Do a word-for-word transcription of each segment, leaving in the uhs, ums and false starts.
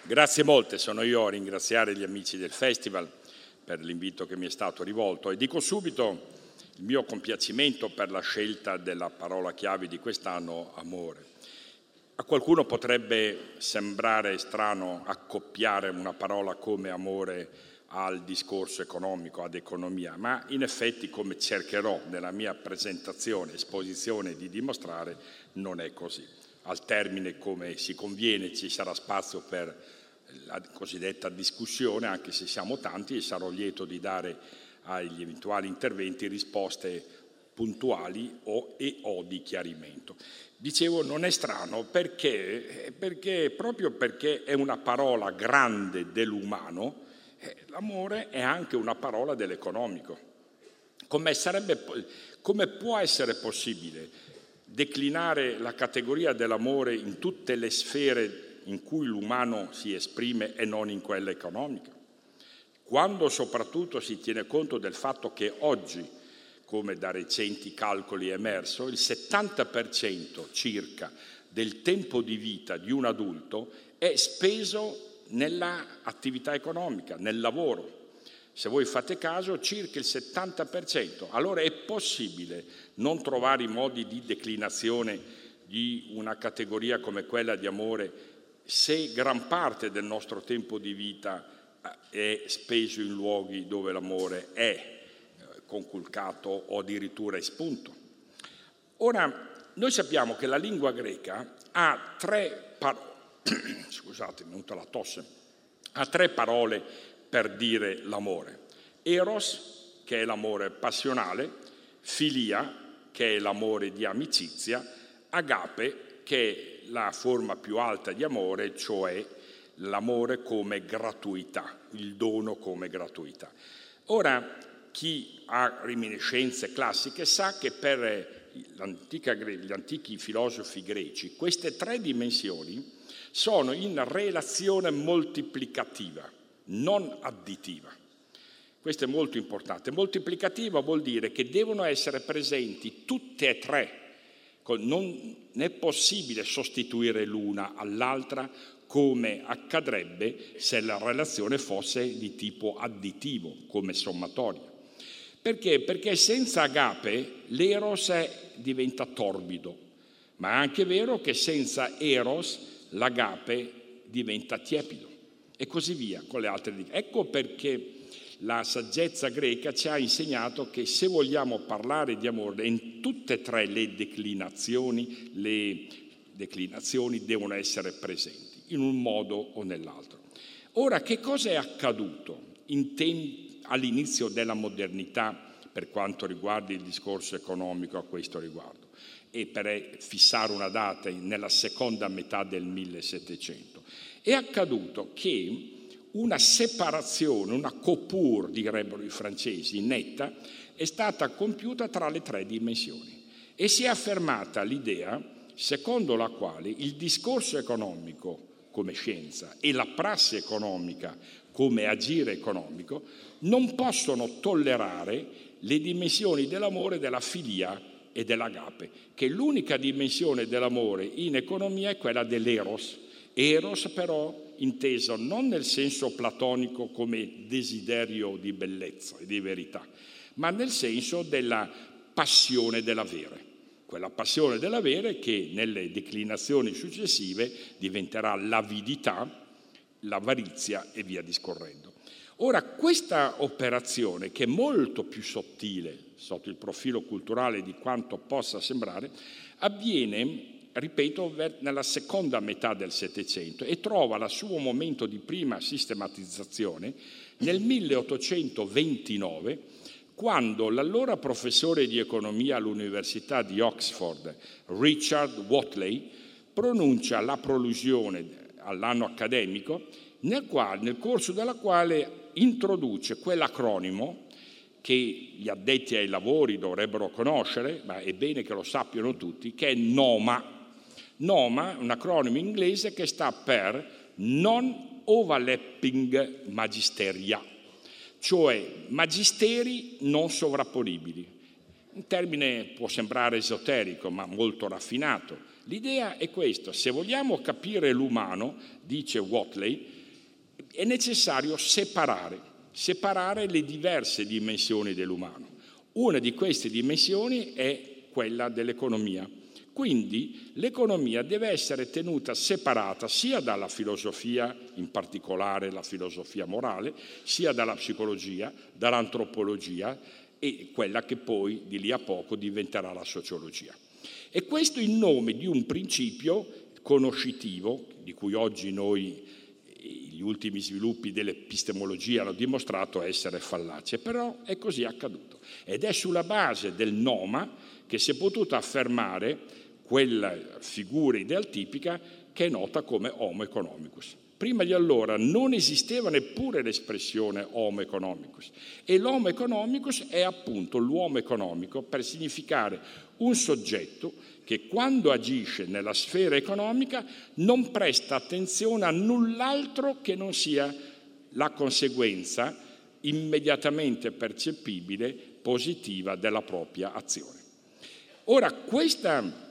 Grazie molte, sono io a ringraziare gli amici del Festival per l'invito che mi è stato rivolto e dico subito il mio compiacimento per la scelta della parola chiave di quest'anno, amore. A qualcuno potrebbe sembrare strano accoppiare una parola come amore al discorso economico, ad economia, ma in effetti, come cercherò nella mia presentazione, esposizione di dimostrare, non è così. Al termine, come si conviene, ci sarà spazio per la cosiddetta discussione, anche se siamo tanti, e sarò lieto di dare agli eventuali interventi risposte puntuali o, e o di chiarimento. Dicevo, non è strano perché, perché proprio perché è una parola grande dell'umano, eh, l'amore è anche una parola dell'economico. Come sarebbe, come può essere possibile declinare la categoria dell'amore in tutte le sfere in cui l'umano si esprime e non in quella economica? Quando soprattutto si tiene conto del fatto che oggi, come da recenti calcoli è emerso, il settanta per cento circa del tempo di vita di un adulto è speso nell'attività economica, nel lavoro. Se voi fate caso, circa il settanta per cento. Allora è possibile non trovare i modi di declinazione di una categoria come quella di amore se gran parte del nostro tempo di vita è speso in luoghi dove l'amore è conculcato o addirittura espunto. Ora, noi sappiamo che la lingua greca ha tre parole, scusate, mi è venuta la tosse, ha tre parole per dire l'amore. Eros, che è l'amore passionale, filia, che è l'amore di amicizia, agape, che è la forma più alta di amore, cioè l'amore come gratuità, il dono come gratuità. Ora, chi ha reminiscenze classiche sa che per l'antica, gli antichi filosofi greci queste tre dimensioni sono in relazione moltiplicativa, non additiva. Questo è molto importante. Moltiplicativa vuol dire che devono essere presenti tutte e tre. Non è possibile sostituire l'una all'altra come accadrebbe se la relazione fosse di tipo additivo, come sommatoria. Perché? Perché senza agape l'eros diventa torbido, ma è anche vero che senza eros l'agape diventa tiepido e così via con le altre. Ecco perché la saggezza greca ci ha insegnato che se vogliamo parlare di amore, in tutte e tre le declinazioni, le declinazioni devono essere presenti, in un modo o nell'altro. Ora, che cosa è accaduto in tem- all'inizio della modernità per quanto riguarda il discorso economico a questo riguardo? E per fissare una data, nella seconda metà del millesettecento, è accaduto che una separazione, una coupure, direbbero i francesi, netta, è stata compiuta tra le tre dimensioni e si è affermata l'idea secondo la quale il discorso economico come scienza e la prassi economica come agire economico non possono tollerare le dimensioni dell'amore, della filia e dell'agape, che l'unica dimensione dell'amore in economia è quella dell'eros. Eros però inteso non nel senso platonico come desiderio di bellezza e di verità, ma nel senso della passione dell'avere. Quella passione dell'avere che nelle declinazioni successive diventerà l'avidità, l'avarizia e via discorrendo. Ora, questa operazione, che è molto più sottile sotto il profilo culturale di quanto possa sembrare, avviene, ripeto, nella seconda metà del Settecento e trova il suo momento di prima sistematizzazione nel milleottocentoventinove, quando l'allora professore di economia all'Università di Oxford, Richard Whatley, pronuncia la prolusione all'anno accademico, nel, quale, nel corso della quale introduce quell'acronimo che gli addetti ai lavori dovrebbero conoscere, ma è bene che lo sappiano tutti, che è NOMA. NOMA è un acronimo inglese che sta per Non Overlapping Magisteria, cioè magisteri non sovrapponibili. Un termine può sembrare esoterico, ma molto raffinato. L'idea è questa: se vogliamo capire l'umano, dice Whatley, è necessario separare, separare le diverse dimensioni dell'umano. Una di queste dimensioni è quella dell'economia. Quindi l'economia deve essere tenuta separata sia dalla filosofia, in particolare la filosofia morale, sia dalla psicologia, dall'antropologia e quella che poi di lì a poco diventerà la sociologia. E questo in nome di un principio conoscitivo, di cui oggi noi, gli ultimi sviluppi dell'epistemologia hanno dimostrato essere fallace, però è così accaduto. Ed è sulla base del noma che si è potuto affermare quella figura idealtipica che è nota come Homo economicus. Prima di allora non esisteva neppure l'espressione Homo economicus, e l'Homo economicus è appunto l'uomo economico per significare un soggetto che quando agisce nella sfera economica non presta attenzione a null'altro che non sia la conseguenza immediatamente percepibile positiva della propria azione. Ora, questa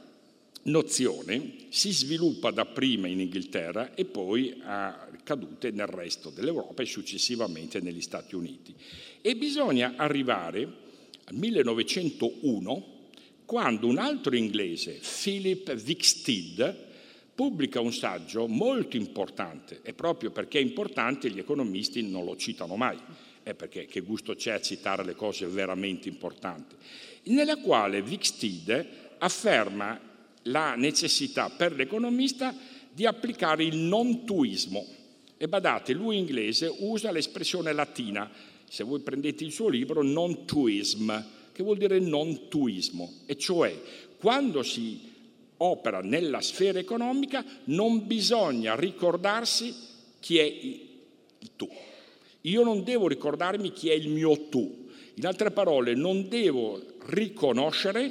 nozione si sviluppa dapprima in Inghilterra e poi ha ricadute nel resto dell'Europa e successivamente negli Stati Uniti. E bisogna arrivare al millenovecentouno, quando un altro inglese, Philip Wicksteed, pubblica un saggio molto importante, e proprio perché è importante gli economisti non lo citano mai, è perché che gusto c'è a citare le cose veramente importanti, nella quale Wicksteed afferma la necessità per l'economista di applicare il non-tuismo. E badate, lui inglese usa l'espressione latina, se voi prendete il suo libro, non-tuism, che vuol dire non-tuismo, e cioè quando si opera nella sfera economica non bisogna ricordarsi chi è il tu. Io non devo ricordarmi chi è il mio tu. In altre parole, non devo riconoscere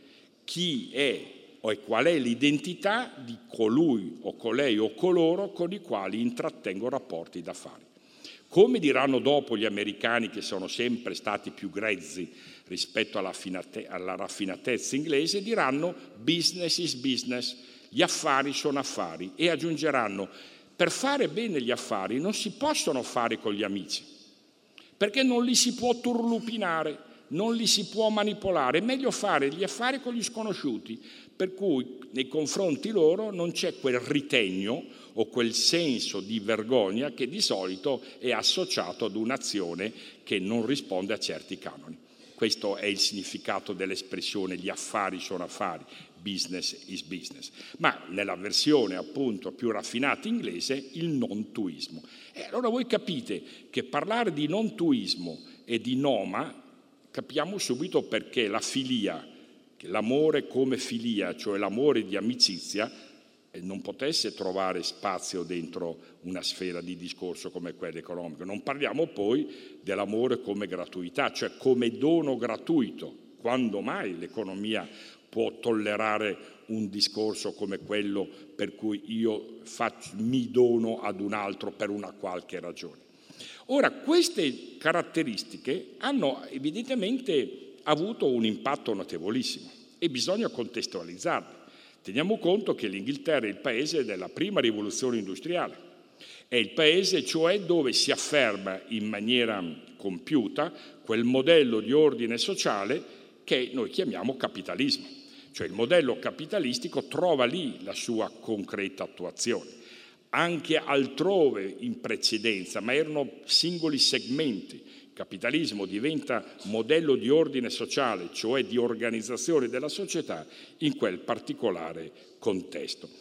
chi è o qual è l'identità di colui o colei o coloro con i quali intrattengo rapporti d'affari. Come diranno dopo gli americani, che sono sempre stati più grezzi rispetto alla, finate- alla raffinatezza inglese, diranno business is business, gli affari sono affari, e aggiungeranno per fare bene gli affari non si possono fare con gli amici, perché non li si può turlupinare, non li si può manipolare, è meglio fare gli affari con gli sconosciuti, per cui nei confronti loro non c'è quel ritegno o quel senso di vergogna che di solito è associato ad un'azione che non risponde a certi canoni. Questo è il significato dell'espressione gli affari sono affari, business is business. Ma nella versione appunto più raffinata inglese il non-tuismo. E allora voi capite che parlare di non-tuismo e di noma, capiamo subito perché la filia, che l'amore come filia, cioè l'amore di amicizia, non potesse trovare spazio dentro una sfera di discorso come quella economica. Non parliamo poi dell'amore come gratuità, cioè come dono gratuito. Quando mai l'economia può tollerare un discorso come quello per cui io faccio, mi dono ad un altro per una qualche ragione? Ora, queste caratteristiche hanno evidentemente avuto un impatto notevolissimo e bisogna contestualizzarle. Teniamo conto che l'Inghilterra è il paese della prima rivoluzione industriale, è il paese cioè dove si afferma in maniera compiuta quel modello di ordine sociale che noi chiamiamo capitalismo, cioè il modello capitalistico trova lì la sua concreta attuazione. Anche altrove in precedenza, ma erano singoli segmenti. Il capitalismo diventa modello di ordine sociale, cioè di organizzazione della società, in quel particolare contesto.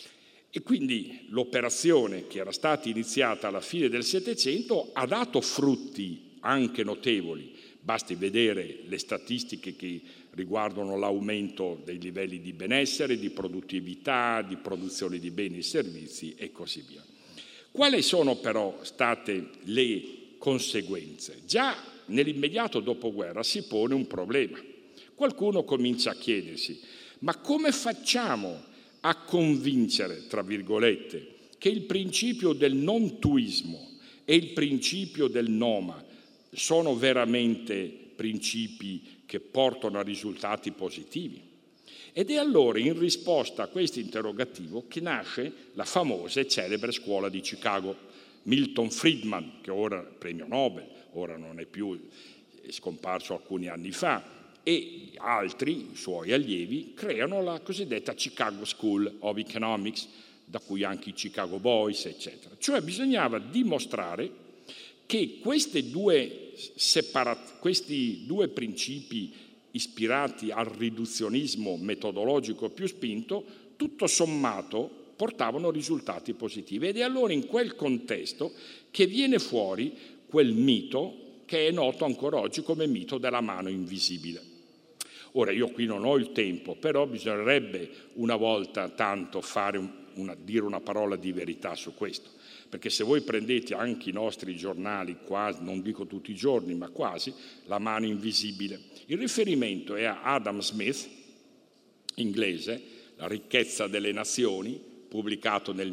E quindi l'operazione che era stata iniziata alla fine del Settecento ha dato frutti anche notevoli. Basti vedere le statistiche che riguardano l'aumento dei livelli di benessere, di produttività, di produzione di beni e servizi e così via. Quali sono però state le conseguenze? Già nell'immediato dopoguerra si pone un problema. Qualcuno comincia a chiedersi: ma come facciamo a convincere, tra virgolette, che il principio del non-tuismo e il principio del noma sono veramente principi che portano a risultati positivi? Ed è allora in risposta a questo interrogativo che nasce la famosa e celebre scuola di Chicago, Milton Friedman, che ora è premio Nobel, ora non è più, è scomparso alcuni anni fa, e altri suoi allievi creano la cosiddetta Chicago School of Economics, da cui anche i Chicago Boys, eccetera. Cioè bisognava dimostrare che queste due separat- questi due principi ispirati al riduzionismo metodologico più spinto, tutto sommato portavano risultati positivi. Ed è allora in quel contesto che viene fuori quel mito che è noto ancora oggi come mito della mano invisibile. Ora, io qui non ho il tempo, però bisognerebbe una volta tanto fare una, dire una parola di verità su questo, perché se voi prendete anche i nostri giornali, quasi, non dico tutti i giorni, ma quasi, la mano invisibile. Il riferimento è a Adam Smith, inglese, La ricchezza delle nazioni, pubblicato nel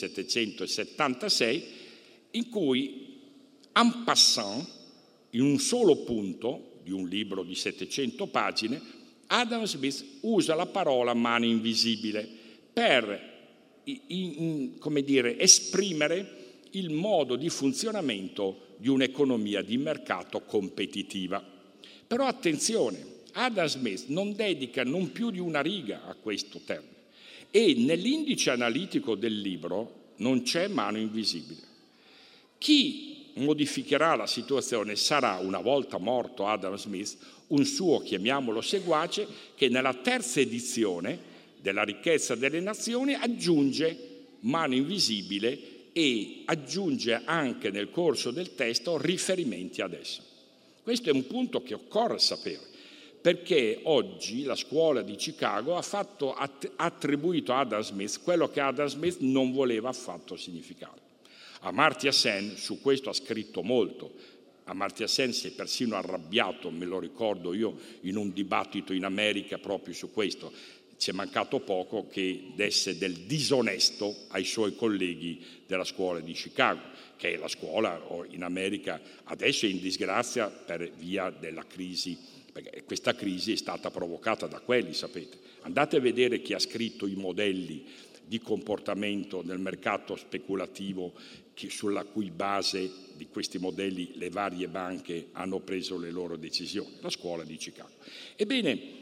millesettecentosettantasei, in cui, en passant, in un solo punto di un libro di settecento pagine, Adam Smith usa la parola mano invisibile per, in, in, come dire, esprimere il modo di funzionamento di un'economia di mercato competitiva. Però attenzione, Adam Smith non dedica non più di una riga a questo termine e nell'indice analitico del libro non c'è mano invisibile. Chi modificherà la situazione sarà, una volta morto Adam Smith, un suo, chiamiamolo seguace, che nella terza edizione della ricchezza delle nazioni aggiunge mano invisibile e aggiunge anche nel corso del testo riferimenti ad esso. Questo è un punto che occorre sapere, perché oggi la scuola di Chicago ha fatto, ha attribuito a Adam Smith quello che Adam Smith non voleva affatto significare. Amartya Sen su questo ha scritto molto. Amartya Sen si è persino arrabbiato, me lo ricordo io, in un dibattito in America proprio su questo. Ci è mancato poco che desse del disonesto ai suoi colleghi della scuola di Chicago, che è la scuola in America adesso è in disgrazia per via della crisi, perché questa crisi è stata provocata da quelli, sapete. Andate a vedere chi ha scritto i modelli di comportamento nel mercato speculativo che, sulla cui base di questi modelli le varie banche hanno preso le loro decisioni, la scuola di Chicago. Ebbene,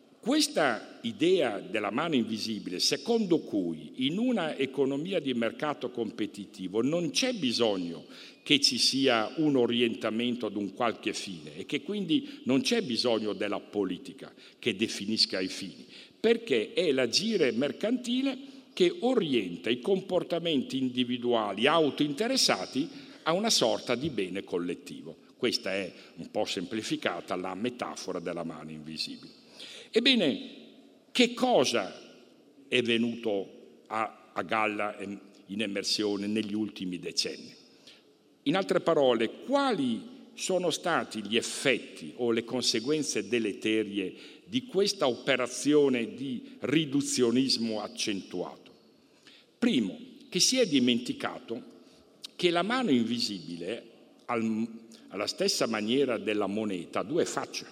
questa idea della mano invisibile, secondo cui in una economia di mercato competitivo non c'è bisogno che ci sia un orientamento ad un qualche fine e che quindi non c'è bisogno della politica che definisca i fini, perché è l'agire mercantile che orienta i comportamenti individuali autointeressati a una sorta di bene collettivo. Questa è, un po' semplificata, la metafora della mano invisibile. Ebbene, che cosa è venuto a, a galla in emersione negli ultimi decenni? In altre parole, quali sono stati gli effetti o le conseguenze deleterie di questa operazione di riduzionismo accentuato? Primo, che si è dimenticato che la mano invisibile, al, alla stessa maniera della moneta, ha due facce.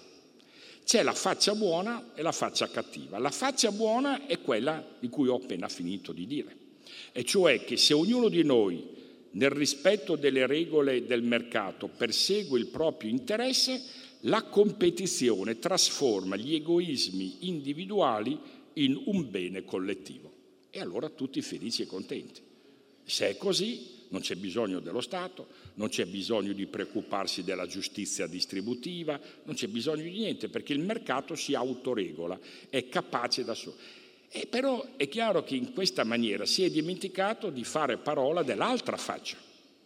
C'è la faccia buona e la faccia cattiva. La faccia buona è quella di cui ho appena finito di dire, e cioè che se ognuno di noi, nel rispetto delle regole del mercato, persegue il proprio interesse, la competizione trasforma gli egoismi individuali in un bene collettivo. E allora tutti felici e contenti. Se è così, non c'è bisogno dello Stato, non c'è bisogno di preoccuparsi della giustizia distributiva, non c'è bisogno di niente, perché il mercato si autoregola, è capace da solo. E però è chiaro che in questa maniera si è dimenticato di fare parola dell'altra faccia.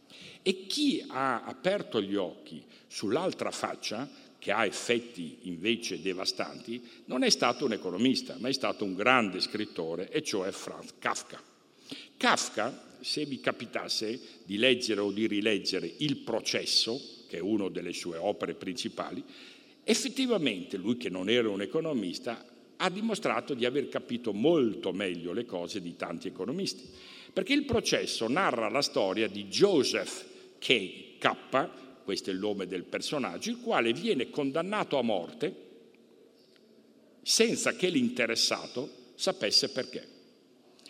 E chi ha aperto gli occhi sull'altra faccia, che ha effetti invece devastanti, non è stato un economista, ma è stato un grande scrittore, e cioè Franz Kafka. Kafka, se vi capitasse di leggere o di rileggere Il Processo, che è una delle sue opere principali, effettivamente lui, che non era un economista, ha dimostrato di aver capito molto meglio le cose di tanti economisti, perché Il Processo narra la storia di Joseph K. K, questo è il nome del personaggio, il quale viene condannato a morte senza che l'interessato sapesse perché.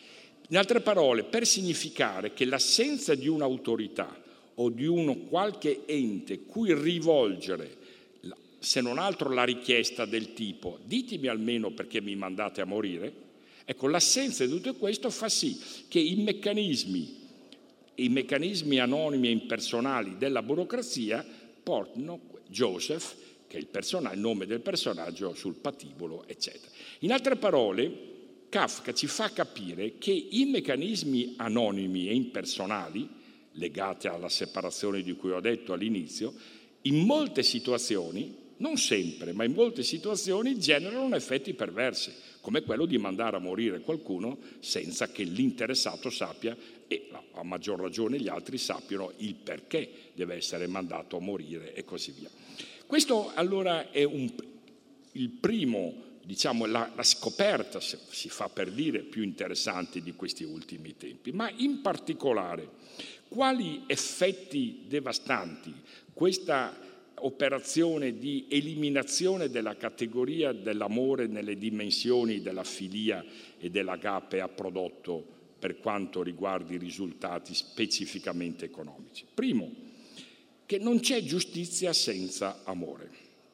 In altre parole, per significare che l'assenza di un'autorità o di uno qualche ente cui rivolgere, se non altro la richiesta del tipo ditemi almeno perché mi mandate a morire, ecco, l'assenza di tutto questo fa sì che i meccanismi, i meccanismi anonimi e impersonali della burocrazia portino Joseph, che è il, personaggio, il nome del personaggio, sul patibolo, eccetera. In altre parole, Kafka ci fa capire che i meccanismi anonimi e impersonali, legati alla separazione di cui ho detto all'inizio, in molte situazioni, non sempre, ma in molte situazioni generano effetti perversi, come quello di mandare a morire qualcuno senza che l'interessato sappia, e a maggior ragione gli altri sappiano, il perché deve essere mandato a morire e così via. Questo allora è un, il primo, diciamo, la, la scoperta, se si fa per dire, più interessante di questi ultimi tempi. Ma in particolare, quali effetti devastanti questa operazione di eliminazione della categoria dell'amore nelle dimensioni della filia e dell'agape ha prodotto per quanto riguarda i risultati specificamente economici? Primo, che non c'è giustizia senza amore.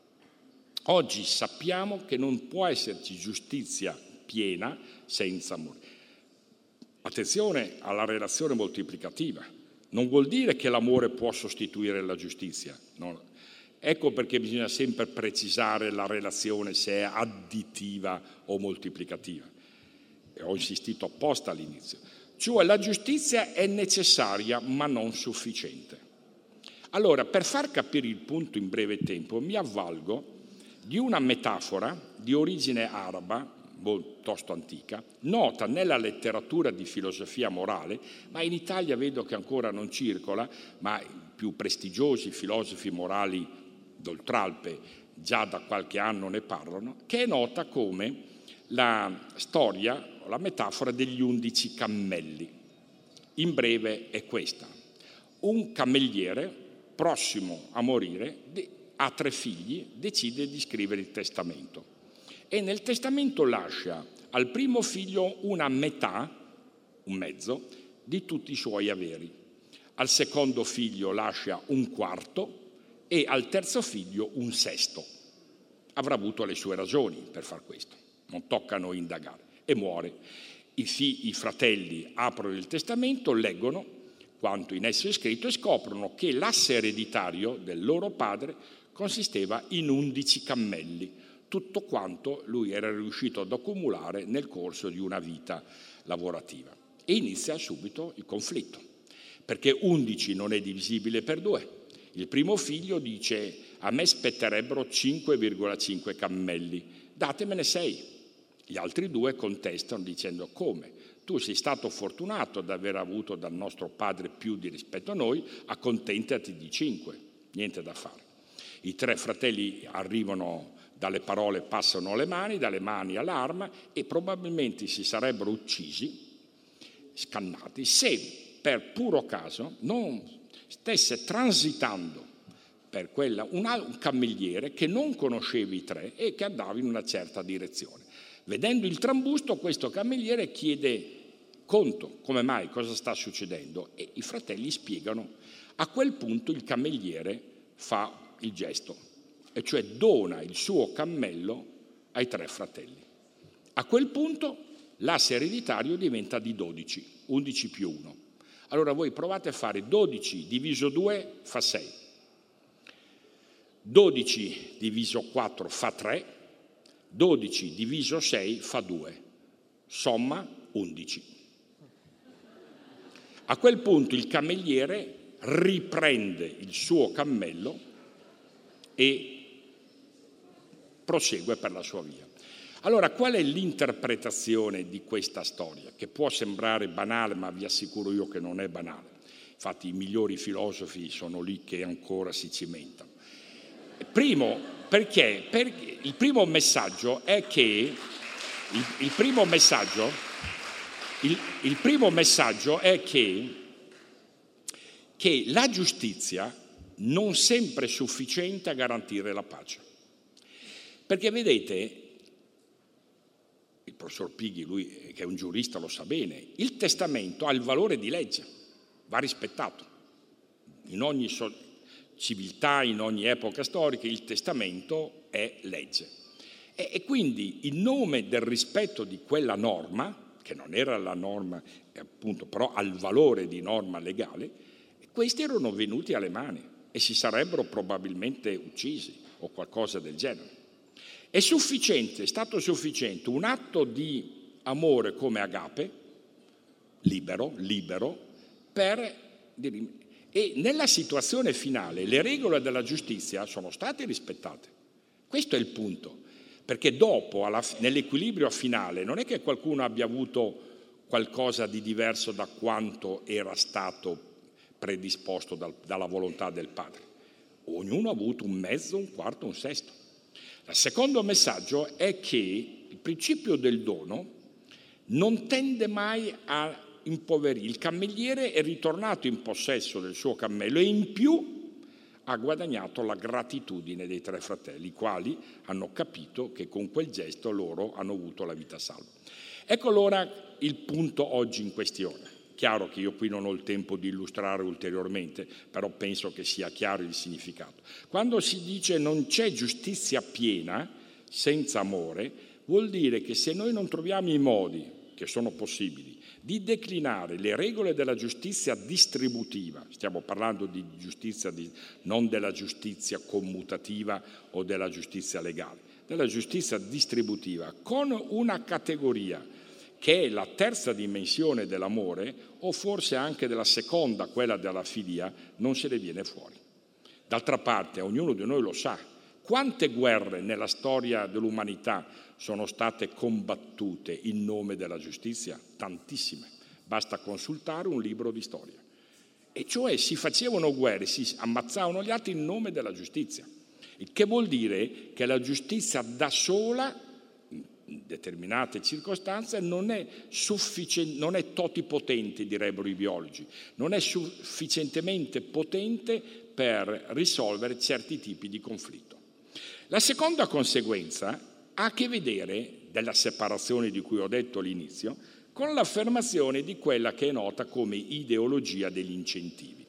Oggi sappiamo che non può esserci giustizia piena senza amore. Attenzione alla relazione moltiplicativa. Non vuol dire che l'amore può sostituire la giustizia. No. Ecco perché bisogna sempre precisare la relazione se è additiva o moltiplicativa. E ho insistito apposta all'inizio. Cioè la giustizia è necessaria ma non sufficiente. Allora, per far capire il punto in breve tempo, mi avvalgo di una metafora di origine araba, piuttosto antica, nota nella letteratura di filosofia morale, ma in Italia vedo che ancora non circola, ma i più prestigiosi filosofi morali d'Oltralpe già da qualche anno ne parlano, che è nota come la storia, la metafora degli undici cammelli. In breve è questa. Un cammelliere prossimo a morire ha tre figli, decide di scrivere il testamento e nel testamento lascia al primo figlio una metà, un mezzo, di tutti i suoi averi, al secondo figlio lascia un quarto e al terzo figlio un sesto. Avrà avuto le sue ragioni per far questo, non toccano indagare, e muore. I, figli, i fratelli aprono il testamento, leggono quanto in esso è scritto e scoprono che l'asse ereditario del loro padre consisteva in undici cammelli, tutto quanto lui era riuscito ad accumulare nel corso di una vita lavorativa. E inizia subito il conflitto, perché undici non è divisibile per due. Il primo figlio dice: a me spetterebbero cinque virgola cinque cammelli, datemene sei. Gli altri due contestano dicendo: come? Tu sei stato fortunato ad aver avuto dal nostro padre più di rispetto a noi, accontentati di cinque, niente da fare. I tre fratelli arrivano dalle parole, passano alle mani, dalle mani all'arma e probabilmente si sarebbero uccisi, scannati, se per puro caso non stesse transitando per quella un, un cammelliere che non conosceva i tre e che andava in una certa direzione. Vedendo il trambusto, questo cammelliere chiede conto, come mai, cosa sta succedendo, e i fratelli spiegano. A quel punto il cammelliere fa il gesto, e cioè dona il suo cammello ai tre fratelli. A quel punto l'asse ereditario diventa di dodici, undici più uno. Allora voi provate a fare dodici diviso due fa sei, dodici diviso quattro fa tre, dodici diviso sei fa due, somma undici. A quel punto il cammelliere riprende il suo cammello e prosegue per la sua via. Allora, qual è l'interpretazione di questa storia? Che può sembrare banale, ma vi assicuro io che non è banale. Infatti i migliori filosofi sono lì che ancora si cimentano. Primo, perché? Perché il primo messaggio è che il, il primo messaggio il, il primo messaggio è che, che la giustizia non sempre è sufficiente a garantire la pace. Perché vedete, il professor Pighi, lui che è un giurista lo sa bene, il testamento ha il valore di legge, va rispettato. In ogni so- civiltà, in ogni epoca storica, il testamento è legge. E, e quindi in nome del rispetto di quella norma, che non era la norma, appunto, però ha il valore di norma legale, questi erano venuti alle mani e si sarebbero probabilmente uccisi o qualcosa del genere. È sufficiente, è stato sufficiente un atto di amore come agape, libero, libero, per... E nella situazione finale le regole della giustizia sono state rispettate. Questo è il punto, perché dopo, alla, nell'equilibrio finale, non è che qualcuno abbia avuto qualcosa di diverso da quanto era stato predisposto dal, dalla volontà del padre. Ognuno ha avuto un mezzo, un quarto, un sesto. Il secondo messaggio è che il principio del dono non tende mai a impoverire. Il cammelliere è ritornato in possesso del suo cammello e in più ha guadagnato la gratitudine dei tre fratelli, i quali hanno capito che con quel gesto loro hanno avuto la vita salva. Ecco allora il punto oggi in questione. Chiaro che io qui non ho il tempo di illustrare ulteriormente, però penso che sia chiaro il significato. Quando si dice non c'è giustizia piena senza amore, vuol dire che se noi non troviamo i modi, che sono possibili, di declinare le regole della giustizia distributiva, stiamo parlando di giustizia, di, non della giustizia commutativa o della giustizia legale, della giustizia distributiva, con una categoria che è la terza dimensione dell'amore, o forse anche della seconda, quella della filia, non se ne viene fuori. D'altra parte, ognuno di noi lo sa, quante guerre nella storia dell'umanità sono state combattute in nome della giustizia? Tantissime. Basta consultare un libro di storia. E cioè si facevano guerre, si ammazzavano gli altri in nome della giustizia. Il che vuol dire che la giustizia da sola, in determinate circostanze, non è sufficiente, non è totipotente, direbbero i biologi, non è sufficientemente potente per risolvere certi tipi di conflitto. La seconda conseguenza ha a che vedere, della separazione di cui ho detto all'inizio, con l'affermazione di quella che è nota come ideologia degli incentivi.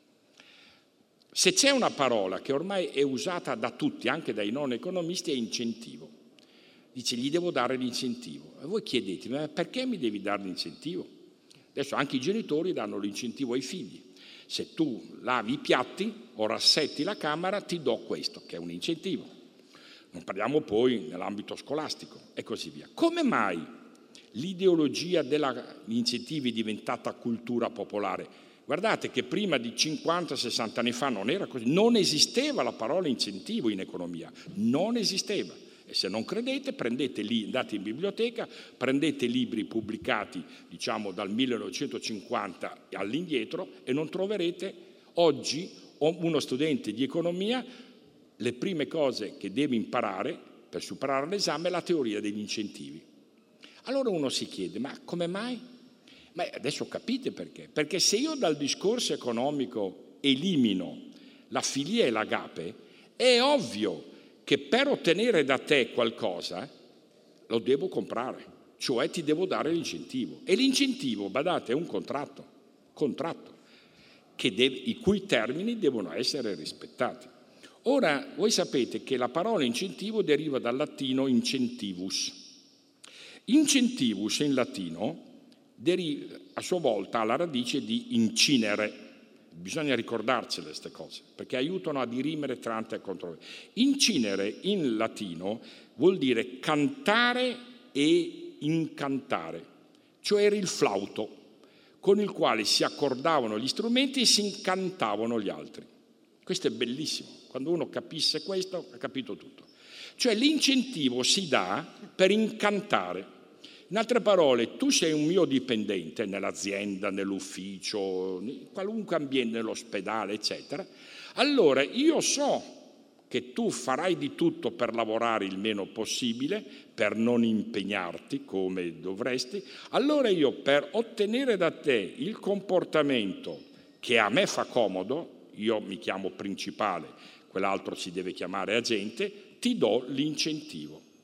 Se c'è una parola che ormai è usata da tutti, anche dai non economisti, è incentivo. Dice, gli devo dare l'incentivo. E voi chiedete, ma perché mi devi dare l'incentivo? Adesso anche i genitori danno l'incentivo ai figli. Se tu lavi i piatti o rassetti la camera, ti do questo, che è un incentivo. Non parliamo poi nell'ambito scolastico e così via. Come mai l'ideologia degli incentivi è diventata cultura popolare? Guardate che prima di cinquanta sessanta anni fa non era così, non esisteva la parola incentivo in economia, non esisteva. E se non credete, prendete lì, andate in biblioteca, prendete libri pubblicati, diciamo, dal millenovecentocinquanta all'indietro e non troverete oggi uno studente di economia le prime cose che deve imparare per superare l'esame è la teoria degli incentivi. Allora uno si chiede, ma come mai? Ma adesso capite perché. Perché se io dal discorso economico elimino la filia e l'agape, è ovvio che per ottenere da te qualcosa lo devo comprare, cioè ti devo dare l'incentivo. E l'incentivo, badate, è un contratto, contratto che deve, i cui termini devono essere rispettati. Ora, voi sapete che la parola incentivo deriva dal latino incentivus. Incentivus in latino deriva, a sua volta ha la radice di incinere. Bisogna ricordarcele queste cose, perché aiutano a dirimere tante controversie. Incinere in latino vuol dire cantare e incantare, cioè era il flauto con il quale si accordavano gli strumenti e si incantavano gli altri. Questo è bellissimo. Quando uno capisse questo, ha capito tutto. Cioè l'incentivo si dà per incantare. In altre parole, tu sei un mio dipendente nell'azienda, nell'ufficio, in qualunque ambiente, nell'ospedale, eccetera. Allora io so che tu farai di tutto per lavorare il meno possibile, per non impegnarti come dovresti. Allora io, per ottenere da te il comportamento che a me fa comodo, io mi chiamo principale, quell'altro si deve chiamare agente, ti do l'incentivo.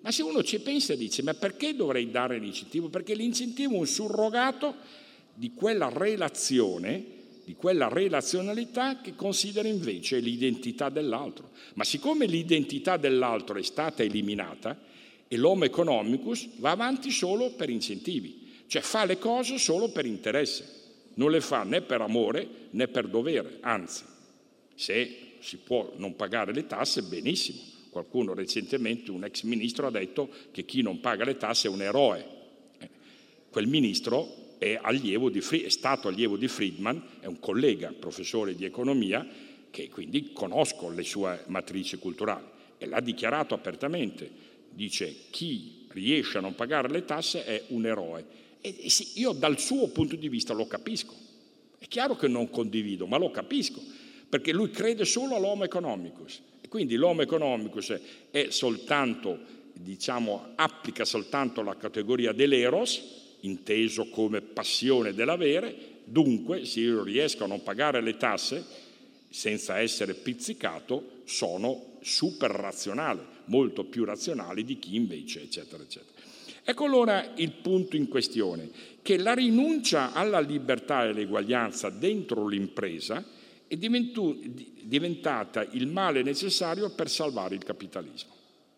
Ma se uno ci pensa e dice, ma perché dovrei dare l'incentivo? Perché l'incentivo è un surrogato di quella relazione, di quella relazionalità che considera invece l'identità dell'altro. Ma siccome l'identità dell'altro è stata eliminata, e l'homo economicus va avanti solo per incentivi, cioè fa le cose solo per interesse, non le fa né per amore né per dovere, anzi, se si può non pagare le tasse, benissimo. Qualcuno recentemente, un ex ministro, ha detto che chi non paga le tasse è un eroe. Eh, quel ministro è, allievo di, è stato allievo di Friedman, è un collega, professore di economia, che quindi conosco le sue matrici culturali, e l'ha dichiarato apertamente. Dice, chi riesce a non pagare le tasse è un eroe. E, e sì, io dal suo punto di vista lo capisco. È chiaro che non condivido, ma lo capisco, perché lui crede solo all'homo economicus. Quindi l'homo economicus è soltanto, diciamo, applica soltanto la categoria dell'eros, inteso come passione dell'avere, dunque se io riesco a non pagare le tasse senza essere pizzicato, sono super razionale, molto più razionale di chi invece, eccetera, eccetera. Ecco allora il punto in questione, che la rinuncia alla libertà e all'eguaglianza dentro l'impresa è diventata il male necessario per salvare il capitalismo.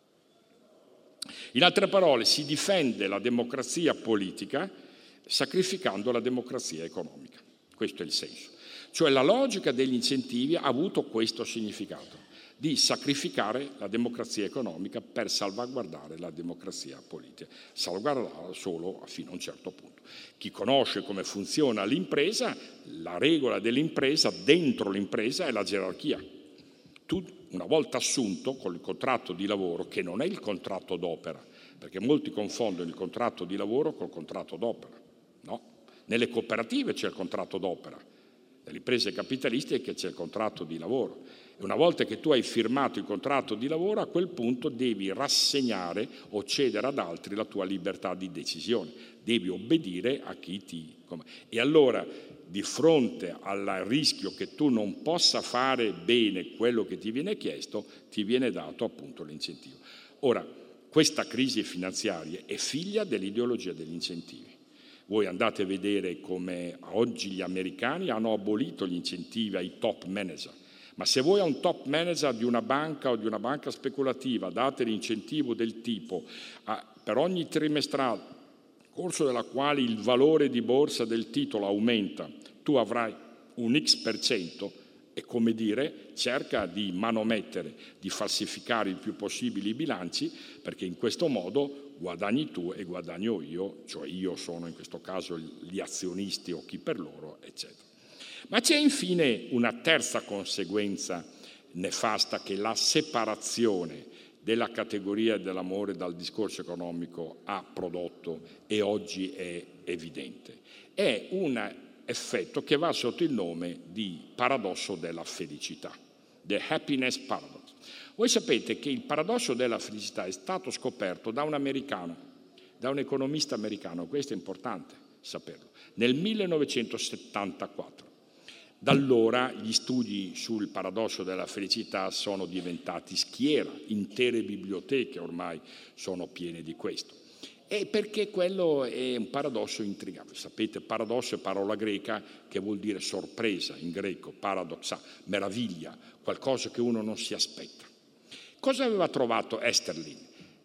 In altre parole, si difende la democrazia politica sacrificando la democrazia economica. Questo è il senso. Cioè la logica degli incentivi ha avuto questo significato, di sacrificare la democrazia economica per salvaguardare la democrazia politica, salvaguardarla solo fino a un certo punto. Chi conosce come funziona l'impresa, la regola dell'impresa, dentro l'impresa, è la gerarchia. Tu, una volta assunto con il contratto di lavoro, che non è il contratto d'opera, perché molti confondono il contratto di lavoro col contratto d'opera, no? Nelle cooperative c'è il contratto d'opera, nelle imprese capitalistiche c'è il contratto di lavoro. E una volta che tu hai firmato il contratto di lavoro, a quel punto devi rassegnare o cedere ad altri la tua libertà di decisione, devi obbedire a chi ti... E allora, di fronte al rischio che tu non possa fare bene quello che ti viene chiesto, ti viene dato appunto l'incentivo. Ora, questa crisi finanziaria è figlia dell'ideologia degli incentivi. Voi andate a vedere come oggi gli americani hanno abolito gli incentivi ai top manager. Ma se voi a un top manager di una banca o di una banca speculativa date l'incentivo del tipo a, per ogni trimestrale, nel corso della quale il valore di borsa del titolo aumenta, tu avrai un X per cento, è come dire, cerca di manomettere, di falsificare il più possibile i bilanci, perché in questo modo guadagni tu e guadagno io, cioè io sono in questo caso gli azionisti o chi per loro, eccetera. Ma c'è infine una terza conseguenza nefasta che la separazione della categoria dell'amore dal discorso economico ha prodotto e oggi è evidente. È un effetto che va sotto il nome di paradosso della felicità, the happiness paradox. Voi sapete che il paradosso della felicità è stato scoperto da un americano, da un economista americano, questo è importante saperlo, nel millenovecentosettantaquattro. Da allora gli studi sul paradosso della felicità sono diventati schiera, intere biblioteche ormai sono piene di questo. E perché quello è un paradosso intrigante. Sapete, paradosso è parola greca che vuol dire sorpresa in greco, paradoxa, meraviglia, qualcosa che uno non si aspetta. Cosa aveva trovato Esterlin?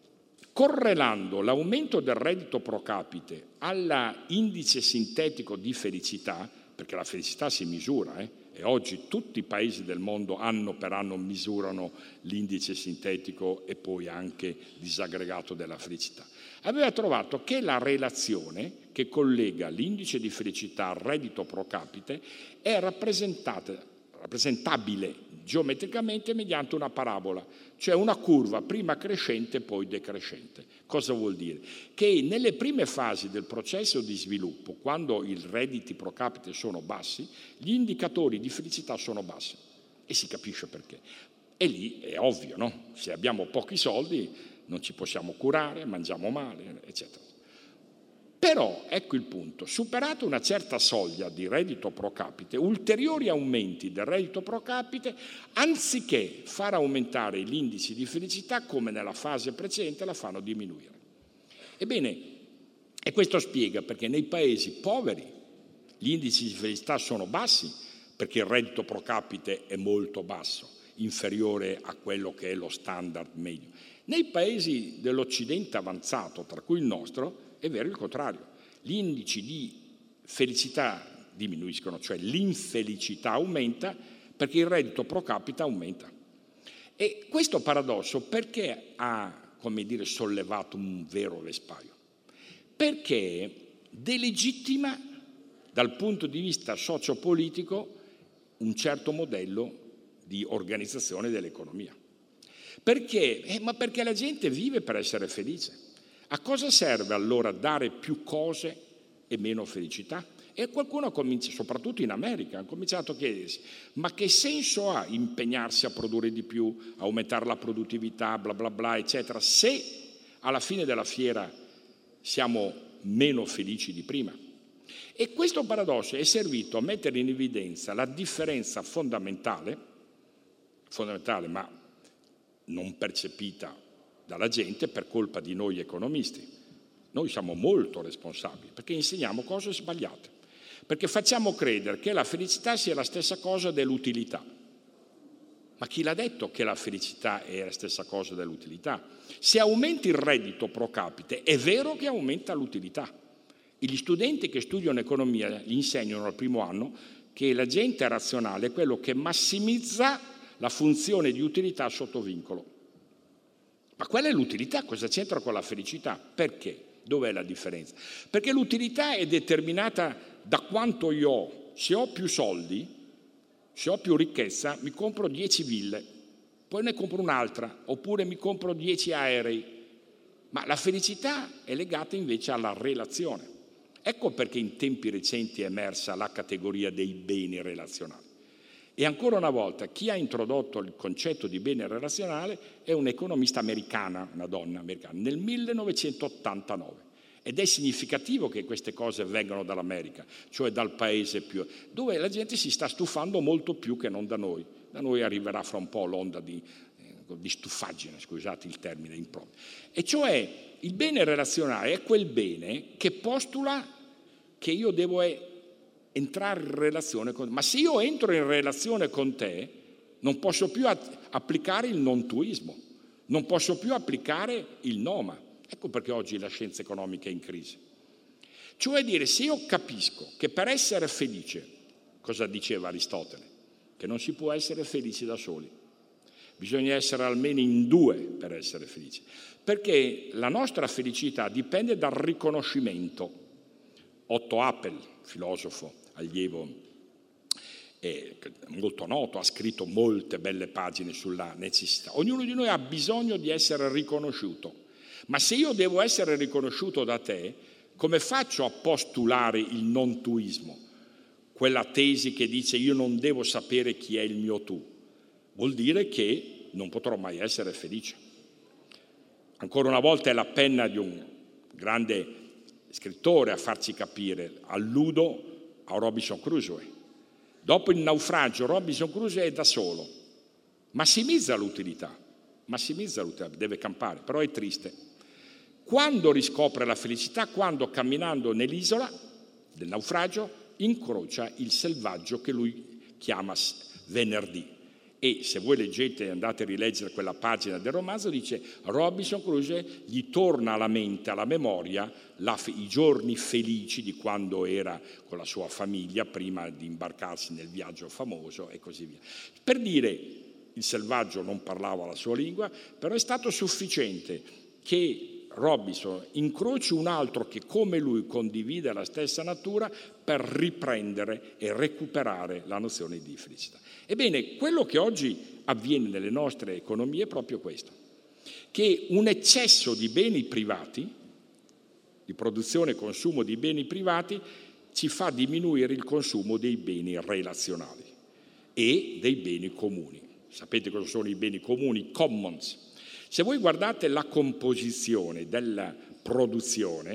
Correlando l'aumento del reddito pro capite all'indice sintetico di felicità, perché la felicità si misura, eh? E oggi tutti i paesi del mondo anno per anno misurano l'indice sintetico e poi anche disaggregato della felicità. Aveva trovato che la relazione che collega l'indice di felicità al reddito pro capite è rappresentata, rappresentabile geometricamente mediante una parabola, cioè una curva prima crescente e poi decrescente. Cosa vuol dire? Che nelle prime fasi del processo di sviluppo, quando i redditi pro capite sono bassi, gli indicatori di felicità sono bassi e si capisce perché. E lì è ovvio, no? Se abbiamo pochi soldi non ci possiamo curare, mangiamo male, eccetera. Però, ecco il punto, superata una certa soglia di reddito pro capite, ulteriori aumenti del reddito pro capite, anziché far aumentare gli indici di felicità, come nella fase precedente, la fanno diminuire. Ebbene, e questo spiega perché nei paesi poveri gli indici di felicità sono bassi, perché il reddito pro capite è molto basso, inferiore a quello che è lo standard medio. Nei paesi dell'Occidente avanzato, tra cui il nostro, è vero il contrario. Gli indici di felicità diminuiscono, cioè l'infelicità aumenta perché il reddito pro capite aumenta. E questo paradosso perché ha, come dire, sollevato un vero vespaio? Perché delegittima dal punto di vista sociopolitico un certo modello di organizzazione dell'economia. Perché? Eh, ma perché la gente vive per essere felice. A cosa serve allora dare più cose e meno felicità? E qualcuno ha cominciato, soprattutto in America, ha cominciato a chiedersi: ma che senso ha impegnarsi a produrre di più, aumentare la produttività, bla bla bla, eccetera, se alla fine della fiera siamo meno felici di prima? E questo paradosso è servito a mettere in evidenza la differenza fondamentale, fondamentale ma non percepita dalla gente per colpa di noi economisti. Noi siamo molto responsabili perché insegniamo cose sbagliate, perché facciamo credere che la felicità sia la stessa cosa dell'utilità. Ma chi l'ha detto che la felicità è la stessa cosa dell'utilità? Se aumenti il reddito pro capite, è vero che aumenta l'utilità. Gli studenti che studiano economia gli insegnano al primo anno che l'agente razionale è quello che massimizza la funzione di utilità sotto vincolo. Ma quella è l'utilità, cosa c'entra con la felicità? Perché? Dov'è la differenza? Perché l'utilità è determinata da quanto io ho. Se ho più soldi, se ho più ricchezza, mi compro dieci ville, poi ne compro un'altra, oppure mi compro dieci aerei. Ma la felicità è legata invece alla relazione. Ecco perché in tempi recenti è emersa la categoria dei beni relazionali. E ancora una volta, chi ha introdotto il concetto di bene relazionale è un'economista americana, una donna americana, nel millenovecentottantanove. Ed è significativo che queste cose vengano dall'America, cioè dal paese più... dove la gente si sta stufando molto più che non da noi. Da noi arriverà fra un po' l'onda di, eh, di stufaggine, scusate il termine improprio. E cioè il bene relazionale è quel bene che postula che io devo... È, entrare in relazione con te. Ma se io entro in relazione con te non posso più applicare il non-tuismo, non posso più applicare il noma. Ecco perché oggi la scienza economica è in crisi. Cioè dire, se io capisco che per essere felice, cosa diceva Aristotele? Che non si può essere felici da soli, bisogna essere almeno in due per essere felici, perché la nostra felicità dipende dal riconoscimento. Otto Appel, filosofo allievo eh, molto noto, ha scritto molte belle pagine sulla necessità. Ognuno di noi ha bisogno di essere riconosciuto, ma se io devo essere riconosciuto da te, come faccio a postulare il non tuismo? Quella tesi che dice io non devo sapere chi è il mio tu, vuol dire che non potrò mai essere felice. Ancora una volta è la penna di un grande scrittore a farci capire, alludo a Robinson Crusoe. Dopo il naufragio Robinson Crusoe è da solo, massimizza l'utilità, massimizza l'utilità, deve campare, però è triste. Quando riscopre la felicità? Quando camminando nell'isola del naufragio incrocia il selvaggio che lui chiama venerdì. E se voi leggete e andate a rileggere quella pagina del romanzo, dice Robinson Crusoe gli torna alla mente, alla memoria, la, i giorni felici di quando era con la sua famiglia prima di imbarcarsi nel viaggio famoso e così via. Per dire, il selvaggio non parlava la sua lingua, però è stato sufficiente che Robinson incroci un altro che come lui condivide la stessa natura per riprendere e recuperare la nozione di felicità. Ebbene, quello che oggi avviene nelle nostre economie è proprio questo, che un eccesso di beni privati, di produzione e consumo di beni privati, ci fa diminuire il consumo dei beni relazionali e dei beni comuni. Sapete cosa sono i beni comuni? Commons. Se voi guardate la composizione della produzione,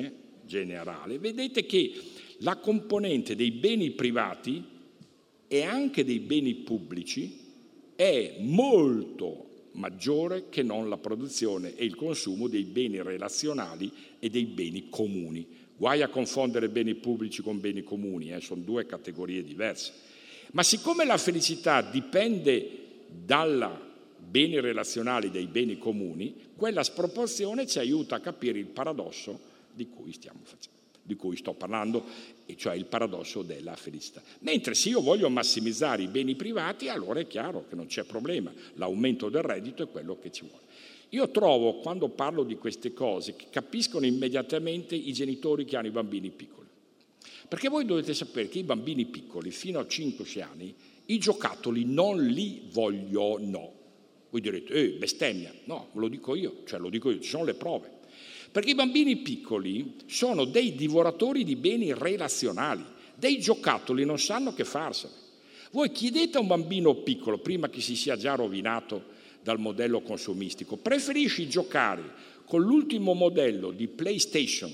generale, vedete che la componente dei beni privati e anche dei beni pubblici è molto maggiore che non la produzione e il consumo dei beni relazionali e dei beni comuni. Guai a confondere beni pubblici con beni comuni, eh, sono due categorie diverse. Ma siccome la felicità dipende dai beni relazionali, dai beni comuni, quella sproporzione ci aiuta a capire il paradosso di cui stiamo facendo, di cui sto parlando, e cioè il paradosso della felicità. Mentre se io voglio massimizzare i beni privati, allora è chiaro che non c'è problema, l'aumento del reddito è quello che ci vuole. Io trovo, quando parlo di queste cose, che capiscono immediatamente i genitori che hanno i bambini piccoli. Perché voi dovete sapere che i bambini piccoli, fino a cinque sei anni, i giocattoli non li vogliono. Voi direte, eh, bestemmia. No, lo dico io, cioè lo dico io, ci sono le prove. Perché i bambini piccoli sono dei divoratori di beni relazionali, dei giocattoli non sanno che farsene. Voi chiedete a un bambino piccolo, prima che si sia già rovinato dal modello consumistico, preferisci giocare con l'ultimo modello di PlayStation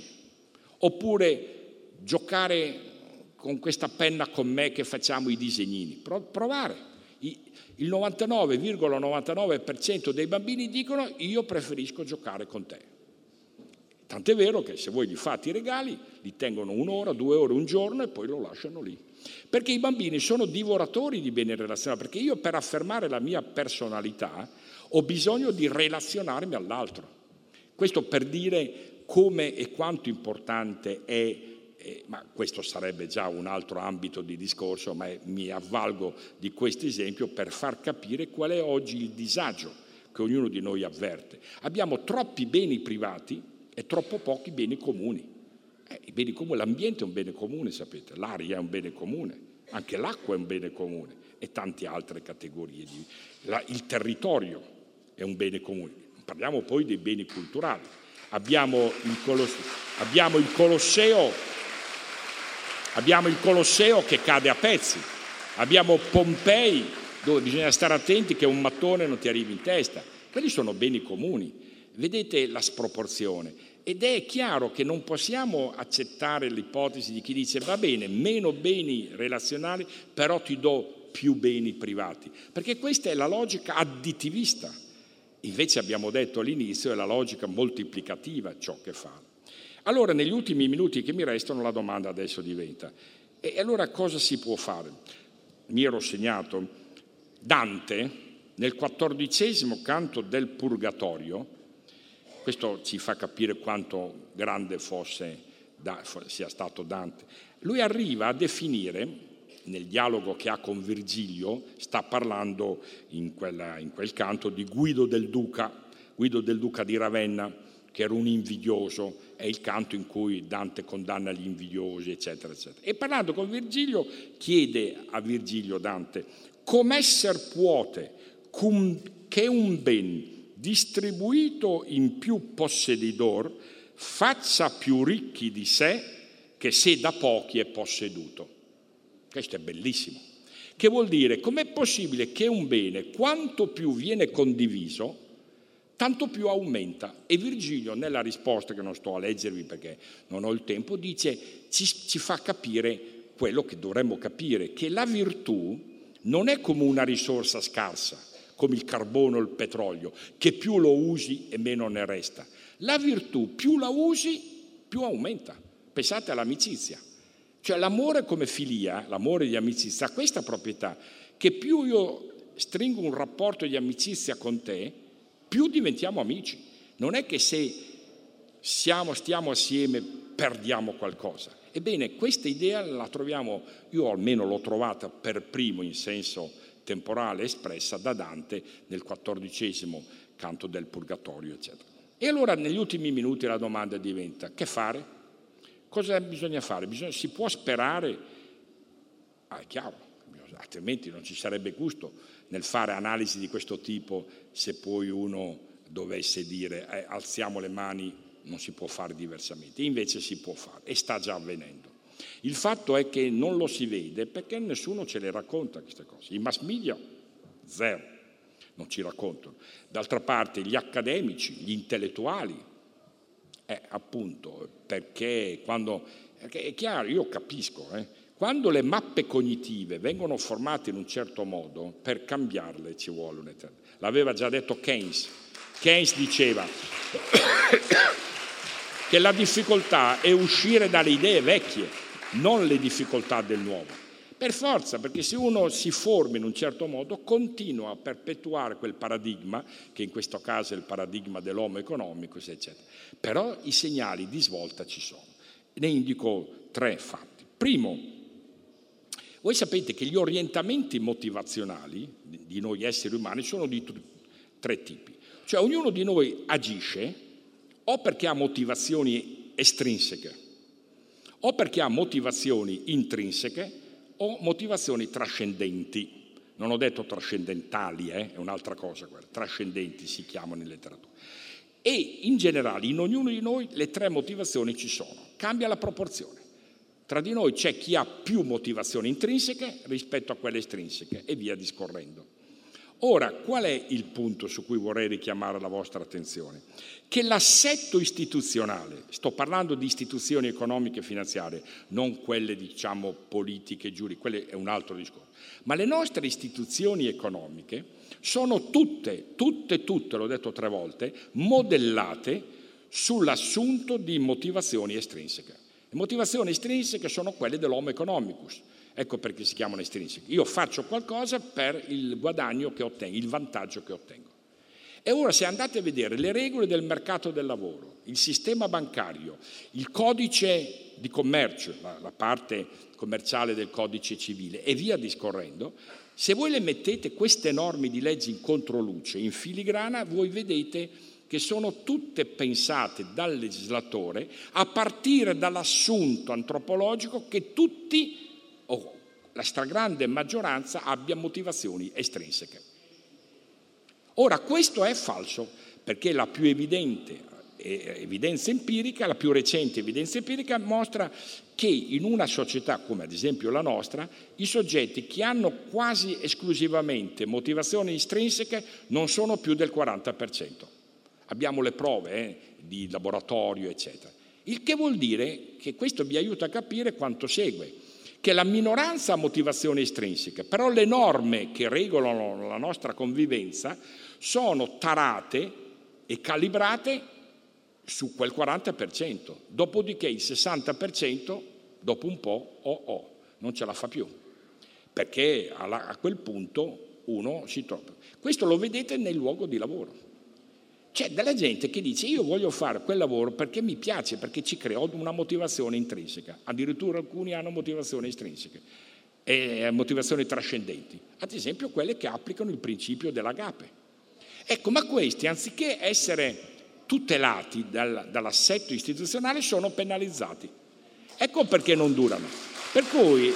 oppure giocare con questa penna con me che facciamo i disegnini? Provare. Il novantanove virgola novantanove per cento dei bambini dicono io preferisco giocare con te. Tant'è vero che se voi gli fate i regali li tengono un'ora, due ore, un giorno e poi lo lasciano lì. Perché i bambini sono divoratori di beni relazionali, perché io per affermare la mia personalità ho bisogno di relazionarmi all'altro. Questo per dire come e quanto importante è, eh, ma questo sarebbe già un altro ambito di discorso, ma è, mi avvalgo di questo esempio per far capire qual è oggi il disagio che ognuno di noi avverte. Abbiamo troppi beni privati e troppo pochi beni comuni. Eh, i beni comuni, l'ambiente è un bene comune, sapete, l'aria è un bene comune, anche l'acqua è un bene comune e tante altre categorie. Di, la, il territorio è un bene comune. Parliamo poi dei beni culturali. Abbiamo il, Colosse, abbiamo il Colosseo, abbiamo il Colosseo che cade a pezzi, abbiamo Pompei dove bisogna stare attenti che un mattone non ti arrivi in testa. Quelli sono beni comuni. Vedete la sproporzione. Ed è chiaro che non possiamo accettare l'ipotesi di chi dice va bene, meno beni relazionali, però ti do più beni privati, perché questa è la logica additivista. Invece abbiamo detto all'inizio è la logica moltiplicativa ciò che fa. Allora negli ultimi minuti che mi restano la domanda adesso diventa, e allora cosa si può fare? Mi ero segnato Dante nel quattordicesimo canto del Purgatorio. Questo ci fa capire quanto grande fosse, sia stato Dante. Lui arriva a definire, nel dialogo che ha con Virgilio, sta parlando in, quella, in quel canto di Guido del Duca, Guido del Duca di Ravenna, che era un invidioso, è il canto in cui Dante condanna gli invidiosi, eccetera, eccetera. E parlando con Virgilio, chiede a Virgilio Dante, com'esser puote cum che un ben distribuito in più possedidor, faccia più ricchi di sé che se da pochi è posseduto. Questo è bellissimo. Che vuol dire, com'è possibile che un bene, quanto più viene condiviso, tanto più aumenta? E Virgilio, nella risposta, che non sto a leggervi perché non ho il tempo, dice, ci, ci fa capire quello che dovremmo capire, che la virtù non è come una risorsa scarsa, come il carbone o il petrolio, che più lo usi e meno ne resta. La virtù, più la usi, più aumenta. Pensate all'amicizia. Cioè l'amore come filia, l'amore di amicizia, ha questa proprietà, che più io stringo un rapporto di amicizia con te, più diventiamo amici. Non è che se siamo, stiamo assieme perdiamo qualcosa. Ebbene, questa idea la troviamo, io almeno l'ho trovata per primo in senso temporale espressa da Dante nel quattordicesimo canto del Purgatorio, eccetera. E allora negli ultimi minuti la domanda diventa, che fare? Cosa bisogna fare? Bisogna, si può sperare? Ah, è chiaro, altrimenti non ci sarebbe gusto nel fare analisi di questo tipo se poi uno dovesse dire eh, alziamo le mani, non si può fare diversamente. Invece si può fare e sta già avvenendo. Il fatto è che non lo si vede perché nessuno ce le racconta queste cose. I mass media, zero, non ci raccontano. D'altra parte gli accademici, gli intellettuali, Eh, appunto, perché quando... Perché è chiaro, io capisco, eh, quando le mappe cognitive vengono formate in un certo modo, per cambiarle ci vuole un'eternità. L'aveva già detto Keynes. Keynes diceva che la difficoltà è uscire dalle idee vecchie, non le difficoltà del nuovo. Per forza, perché se uno si forma in un certo modo, continua a perpetuare quel paradigma, che in questo caso è il paradigma dell'homo economicus, eccetera. Però i segnali di svolta ci sono. Ne indico tre fatti. Primo, voi sapete che gli orientamenti motivazionali di noi esseri umani sono di tre tipi. Cioè ognuno di noi agisce o perché ha motivazioni estrinseche, o perché ha motivazioni intrinseche, o motivazioni trascendenti. Non ho detto trascendentali, eh? È un'altra cosa quella. Trascendenti si chiamano in letteratura. E in generale in ognuno di noi le tre motivazioni ci sono. Cambia la proporzione. Tra di noi c'è chi ha più motivazioni intrinseche rispetto a quelle estrinseche e via discorrendo. Ora, qual è il punto su cui vorrei richiamare la vostra attenzione? Che l'assetto istituzionale, sto parlando di istituzioni economiche e finanziarie, non quelle diciamo politiche, giuridiche, quello è un altro discorso, ma le nostre istituzioni economiche sono tutte, tutte, tutte, l'ho detto tre volte, modellate sull'assunto di motivazioni estrinseche. Le motivazioni estrinseche sono quelle dell'homo economicus. Ecco perché si chiamano estrinseche. Io faccio qualcosa per il guadagno che ottengo, il vantaggio che ottengo. E ora se andate a vedere le regole del mercato del lavoro, il sistema bancario, il codice di commercio, la, la parte commerciale del codice civile e via discorrendo, se voi le mettete queste norme di legge in controluce, in filigrana, voi vedete che sono tutte pensate dal legislatore a partire dall'assunto antropologico che tutti o la stragrande maggioranza abbia motivazioni estrinseche. Ora, questo è falso perché la più evidente evidenza empirica, la più recente evidenza empirica mostra che in una società come ad esempio la nostra, i soggetti che hanno quasi esclusivamente motivazioni estrinseche non sono più del quaranta per cento. Abbiamo le prove eh, di laboratorio, eccetera. Il che vuol dire che questo vi aiuta a capire quanto segue. Che la minoranza ha motivazioni estrinseche, però le norme che regolano la nostra convivenza sono tarate e calibrate su quel quaranta per cento, dopodiché il sessanta per cento dopo un po' oh, oh, non ce la fa più, perché a quel punto uno si trova. Questo lo vedete nel luogo di lavoro. C'è della gente che dice io voglio fare quel lavoro perché mi piace, perché ci creo una motivazione intrinseca, addirittura alcuni hanno motivazioni estrinseche e motivazioni trascendenti, ad esempio quelle che applicano il principio dell'agape. Ecco, ma questi anziché essere tutelati dal, dall'assetto istituzionale sono penalizzati. Ecco perché non durano. Per cui,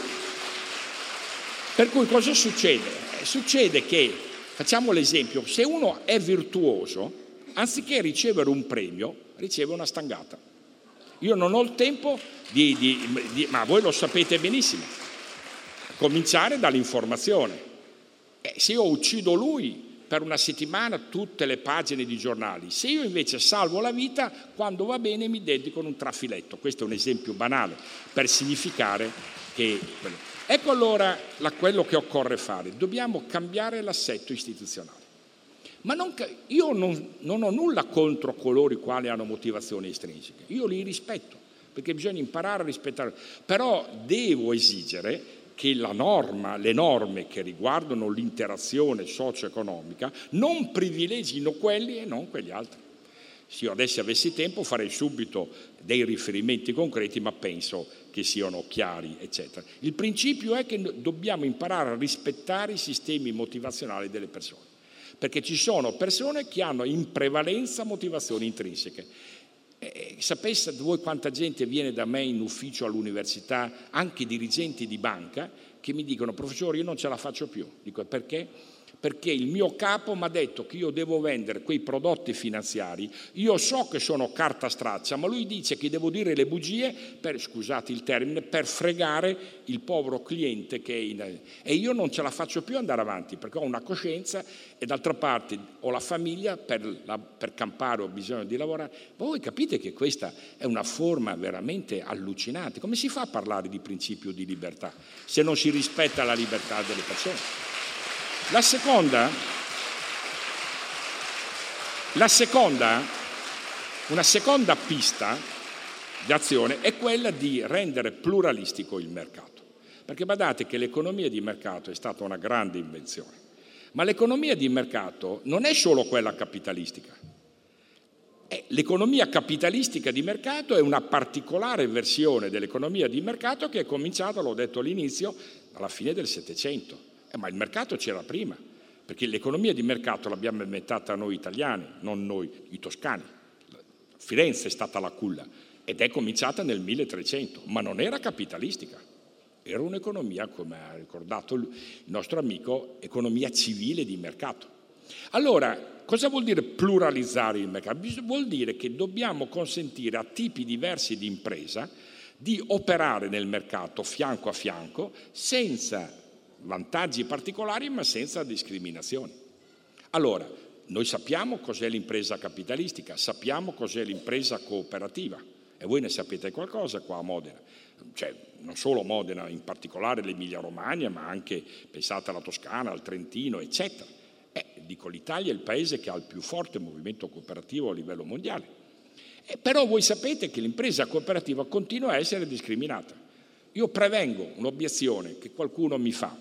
per cui cosa succede? Succede che, facciamo l'esempio, se uno è virtuoso, anziché ricevere un premio, riceve una stangata. Io non ho il tempo di, di, di ma voi lo sapete benissimo, a cominciare dall'informazione. Eh, se io uccido lui per una settimana tutte le pagine di giornali, se io invece salvo la vita, quando va bene mi dedico a un trafiletto. Questo è un esempio banale per significare che... Ecco allora la, quello che occorre fare. Dobbiamo cambiare l'assetto istituzionale. Ma non, io non, non ho nulla contro coloro i quali hanno motivazioni estrinseche, io li rispetto, perché bisogna imparare a rispettare, però devo esigere che la norma, le norme che riguardano l'interazione socio-economica non privilegino quelli e non quegli altri. Se io adesso avessi tempo farei subito dei riferimenti concreti, ma penso che siano chiari, eccetera. Il principio è che dobbiamo imparare a rispettare i sistemi motivazionali delle persone. Perché ci sono persone che hanno in prevalenza motivazioni intrinseche. Eh, sapeste voi quanta gente viene da me in ufficio all'università, anche dirigenti di banca, che mi dicono professore io non ce la faccio più. Dico perché? perché il mio capo mi ha detto che io devo vendere quei prodotti finanziari, io so che sono carta straccia, ma lui dice che devo dire le bugie, per, scusate il termine, per fregare il povero cliente che è in... E io non ce la faccio più andare avanti, perché ho una coscienza e d'altra parte ho la famiglia, per, la, per campare ho bisogno di lavorare. Voi capite che questa è una forma veramente allucinante. Come si fa a parlare di principio di libertà se non si rispetta la libertà delle persone? La seconda, la seconda, una seconda pista di azione è quella di rendere pluralistico il mercato. Perché badate che l'economia di mercato è stata una grande invenzione, ma l'economia di mercato non è solo quella capitalistica. L'economia capitalistica di mercato è una particolare versione dell'economia di mercato che è cominciata, l'ho detto all'inizio, alla fine del Settecento. Eh, ma il mercato c'era prima, perché l'economia di mercato l'abbiamo inventata noi italiani, non noi, i toscani. Firenze è stata la culla ed è cominciata nel milletrecento, ma non era capitalistica, era un'economia, come ha ricordato il nostro amico, economia civile di mercato. Allora, cosa vuol dire pluralizzare il mercato? Vuol dire che dobbiamo consentire a tipi diversi di impresa di operare nel mercato fianco a fianco senza vantaggi particolari ma senza discriminazioni. Allora, noi sappiamo cos'è l'impresa capitalistica, sappiamo cos'è l'impresa cooperativa e voi ne sapete qualcosa qua a Modena. Cioè, non solo Modena, in particolare l'Emilia Romagna, ma anche, pensate alla Toscana, al Trentino, eccetera. Eh, dico, l'Italia è il paese che ha il più forte movimento cooperativo a livello mondiale. Eh, però voi sapete che l'impresa cooperativa continua a essere discriminata. Io prevengo un'obiezione che qualcuno mi fa.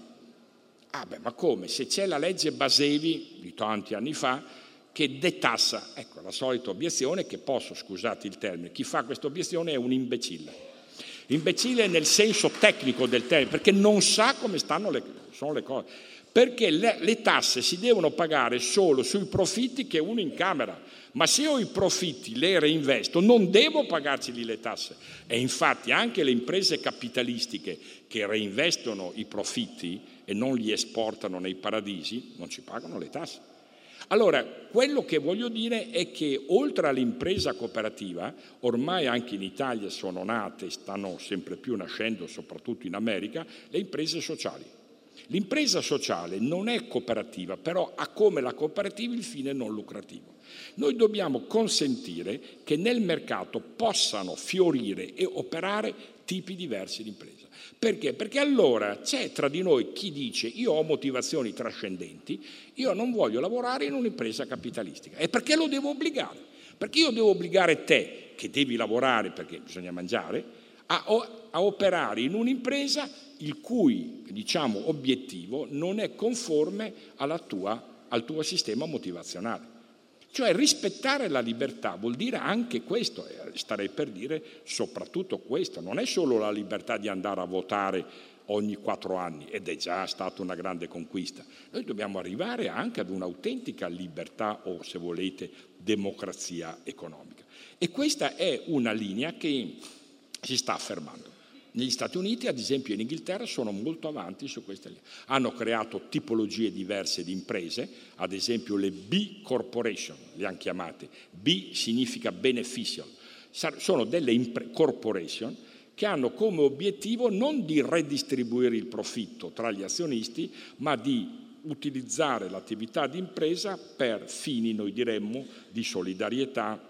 Ah beh, ma come? Se c'è la legge Basevi di tanti anni fa che detassa, ecco la solita obiezione che posso, scusate il termine, chi fa questa obiezione è un imbecille. Imbecille nel senso tecnico del termine, perché non sa come stanno le, sono le cose. Perché le, le tasse si devono pagare solo sui profitti che uno incamera, ma se io i profitti le reinvesto non devo pagarci lì le tasse. E infatti anche le imprese capitalistiche che reinvestono i profitti e non li esportano nei paradisi non ci pagano le tasse. Allora, quello che voglio dire è che oltre all'impresa cooperativa, ormai anche in Italia sono nate, stanno sempre più nascendo, soprattutto in America, le imprese sociali. L'impresa sociale non è cooperativa, però ha come la cooperativa il fine non lucrativo. Noi dobbiamo consentire che nel mercato possano fiorire e operare tipi diversi di impresa. Perché? Perché allora c'è tra di noi chi dice io ho motivazioni trascendenti, io non voglio lavorare in un'impresa capitalistica. E perché lo devo obbligare? Perché io devo obbligare te, che devi lavorare perché bisogna mangiare, a, a operare in un'impresa il cui, diciamo, obiettivo non è conforme alla tua, al tuo sistema motivazionale. Cioè rispettare la libertà vuol dire anche questo, starei per dire soprattutto questo, non è solo la libertà di andare a votare ogni quattro anni, ed è già stata una grande conquista. Noi dobbiamo arrivare anche ad un'autentica libertà o, se volete, democrazia economica. E questa è una linea che si sta affermando. Negli Stati Uniti, ad esempio in Inghilterra, sono molto avanti su queste linee. Hanno creato tipologie diverse di imprese, ad esempio le B Corporation, le hanno chiamate. B significa beneficial. Sono delle impre- corporation che hanno come obiettivo non di redistribuire il profitto tra gli azionisti, ma di utilizzare l'attività di impresa per fini, noi diremmo, di solidarietà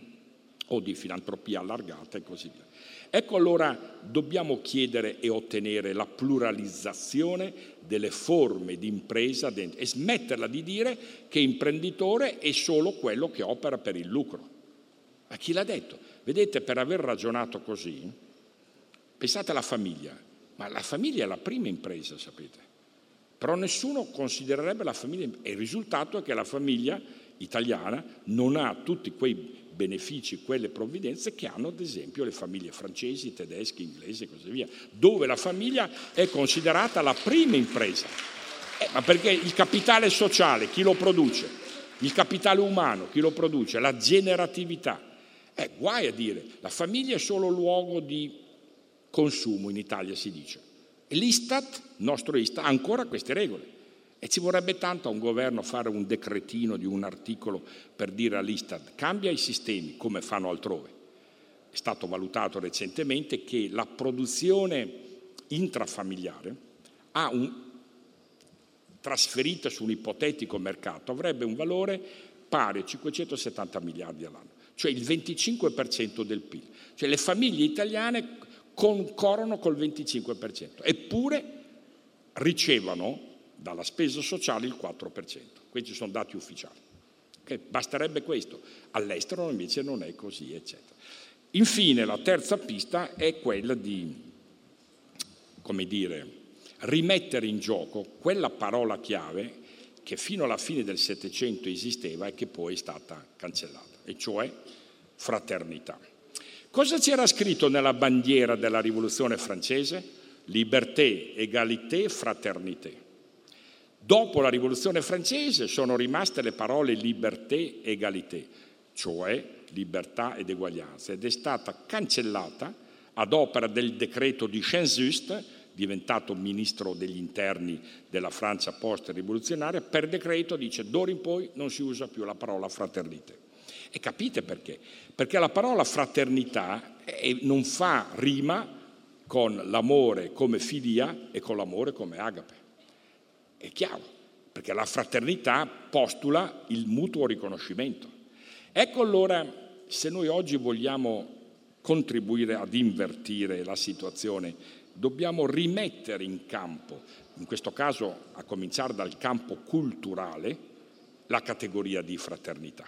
o di filantropia allargata e così via. Ecco allora dobbiamo chiedere e ottenere la pluralizzazione delle forme di impresa e smetterla di dire che imprenditore è solo quello che opera per il lucro. Ma chi l'ha detto? Vedete, per aver ragionato così, pensate alla famiglia, ma la famiglia è la prima impresa, sapete? Però nessuno considererebbe la famiglia, e il risultato è che la famiglia italiana non ha tutti quei benefici, quelle provvidenze che hanno ad esempio le famiglie francesi, tedesche, inglesi e così via, dove la famiglia è considerata la prima impresa. Eh, ma perché il capitale sociale, chi lo produce? Il capitale umano, chi lo produce? La generatività. Eh, guai a dire, la famiglia è solo luogo di consumo, in Italia si dice. E l'Istat, il nostro Istat, ha ancora queste regole. E ci vorrebbe tanto a un governo fare un decretino di un articolo per dire all'Istat cambia i sistemi, come fanno altrove. È stato valutato recentemente che la produzione intrafamiliare ha un, trasferita su un ipotetico mercato, avrebbe un valore pari a cinquecentosettanta miliardi all'anno, cioè il venticinque per cento del P I L. Cioè le famiglie italiane concorrono col venticinque per cento, eppure ricevono dalla spesa sociale il quattro per cento. Questi sono dati ufficiali. Okay? Basterebbe questo. All'estero invece non è così, eccetera. Infine, la terza pista è quella di, come dire, rimettere in gioco quella parola chiave che fino alla fine del Settecento esisteva e che poi è stata cancellata, e cioè fraternità. Cosa c'era scritto nella bandiera della Rivoluzione francese? Liberté, égalité, fraternité. Dopo la Rivoluzione francese sono rimaste le parole liberté, égalité, cioè libertà ed eguaglianza, ed è stata cancellata ad opera del decreto di Saint-Just, diventato ministro degli interni della Francia post-rivoluzionaria. Per decreto dice d'ora in poi non si usa più la parola fraternité. E capite perché? Perché la parola fraternità non fa rima con l'amore come filia e con l'amore come agape. È chiaro, perché la fraternità postula il mutuo riconoscimento. Ecco allora, se noi oggi vogliamo contribuire ad invertire la situazione, dobbiamo rimettere in campo, in questo caso a cominciare dal campo culturale, la categoria di fraternità,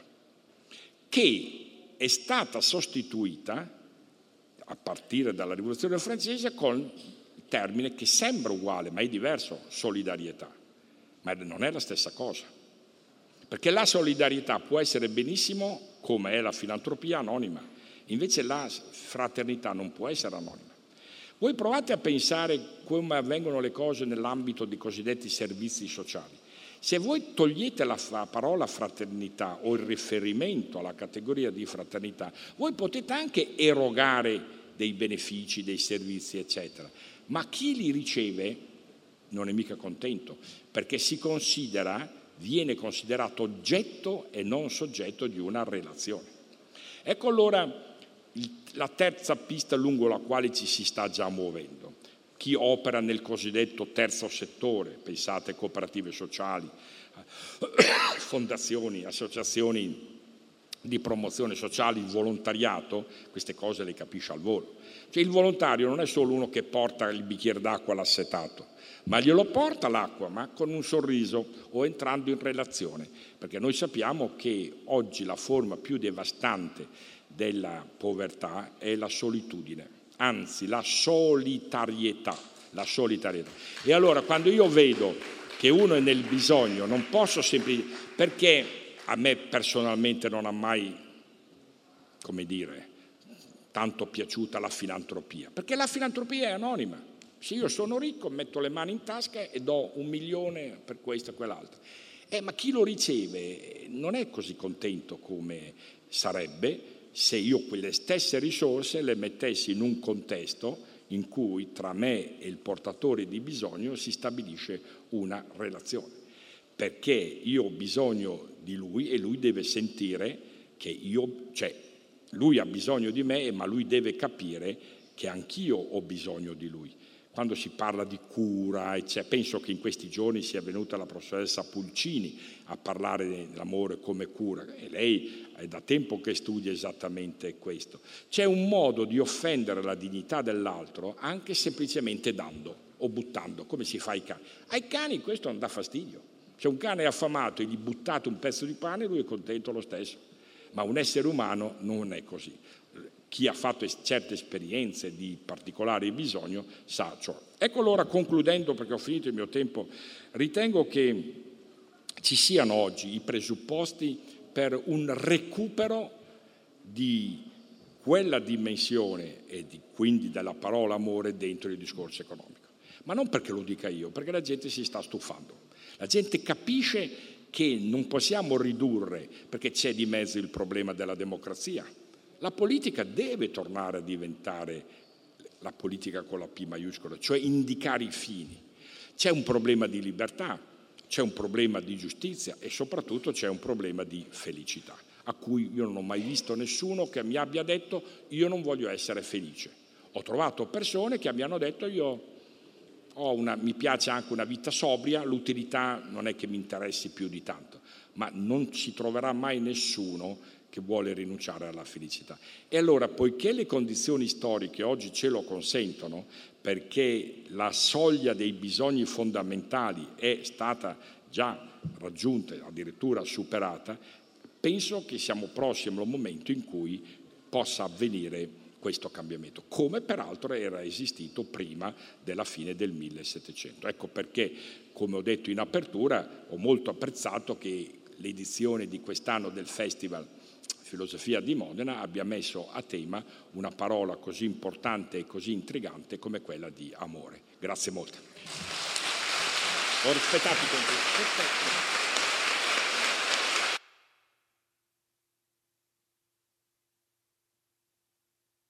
che è stata sostituita a partire dalla Rivoluzione francese con il termine che sembra uguale, ma è diverso, solidarietà. Ma non è la stessa cosa, perché la solidarietà può essere benissimo, come è la filantropia, anonima, invece la fraternità non può essere anonima. Voi provate a pensare come avvengono le cose nell'ambito dei cosiddetti servizi sociali. Se voi togliete la parola fraternità o il riferimento alla categoria di fraternità, voi potete anche erogare dei benefici, dei servizi, eccetera, ma chi li riceve non è mica contento, perché si considera, viene considerato oggetto e non soggetto di una relazione. Ecco allora il, la terza pista lungo la quale ci si sta già muovendo. Chi opera nel cosiddetto terzo settore, pensate cooperative sociali, fondazioni, associazioni di promozione sociale, il volontariato, queste cose le capisce al volo. Cioè il volontario non è solo uno che porta il bicchiere d'acqua all'assetato, ma glielo porta l'acqua, ma con un sorriso o entrando in relazione, perché noi sappiamo che oggi la forma più devastante della povertà è la solitudine, anzi la solitarietà, la solitarietà. E allora quando io vedo che uno è nel bisogno, non posso semplicemente, perché a me personalmente non ha mai, come dire, tanto piaciuta la filantropia, perché la filantropia è anonima. Se io sono ricco, metto le mani in tasca e do un milione per questo e quell'altro. Eh, ma chi lo riceve non è così contento come sarebbe se io quelle stesse risorse le mettessi in un contesto in cui tra me e il portatore di bisogno si stabilisce una relazione. Perché io ho bisogno di lui e lui deve sentire che io, cioè lui ha bisogno di me, ma lui deve capire che anch'io ho bisogno di lui. Quando si parla di cura, eccetera, penso che in questi giorni sia venuta la professoressa Pulcini a parlare dell'amore come cura, e lei è da tempo che studia esattamente questo. C'è un modo di offendere la dignità dell'altro anche semplicemente dando o buttando, come si fa ai cani. Ai cani questo non dà fastidio. Se un cane è affamato e gli buttate un pezzo di pane, lui è contento lo stesso. Ma un essere umano non è così. Chi ha fatto certe esperienze di particolare bisogno sa ciò. Ecco allora, concludendo, perché ho finito il mio tempo, ritengo che ci siano oggi i presupposti per un recupero di quella dimensione e di, quindi della parola amore dentro il discorso economico. Ma non perché lo dica io, perché la gente si sta stufando. La gente capisce che non possiamo ridurre, perché c'è di mezzo il problema della democrazia. La politica deve tornare a diventare la politica con la P maiuscola, cioè indicare i fini. C'è un problema di libertà. c'è un problema di giustizia e soprattutto c'è un problema di felicità, a cui io non ho mai visto nessuno che mi abbia detto io non voglio essere felice. Ho trovato persone che mi hanno detto io ho una, mi piace anche una vita sobria, l'utilità non è che mi interessi più di tanto, ma non si troverà mai nessuno che vuole rinunciare alla felicità. E allora, poiché le condizioni storiche oggi ce lo consentono, perché la soglia dei bisogni fondamentali è stata già raggiunta, addirittura superata, penso che siamo prossimi al momento in cui possa avvenire questo cambiamento, come peraltro era esistito prima della fine del millesettecento. Ecco perché, come ho detto in apertura, ho molto apprezzato che l'edizione di quest'anno del Festival Filosofia di Modena abbia messo a tema una parola così importante e così intrigante come quella di amore. Grazie molto. Ho rispettato i tempi.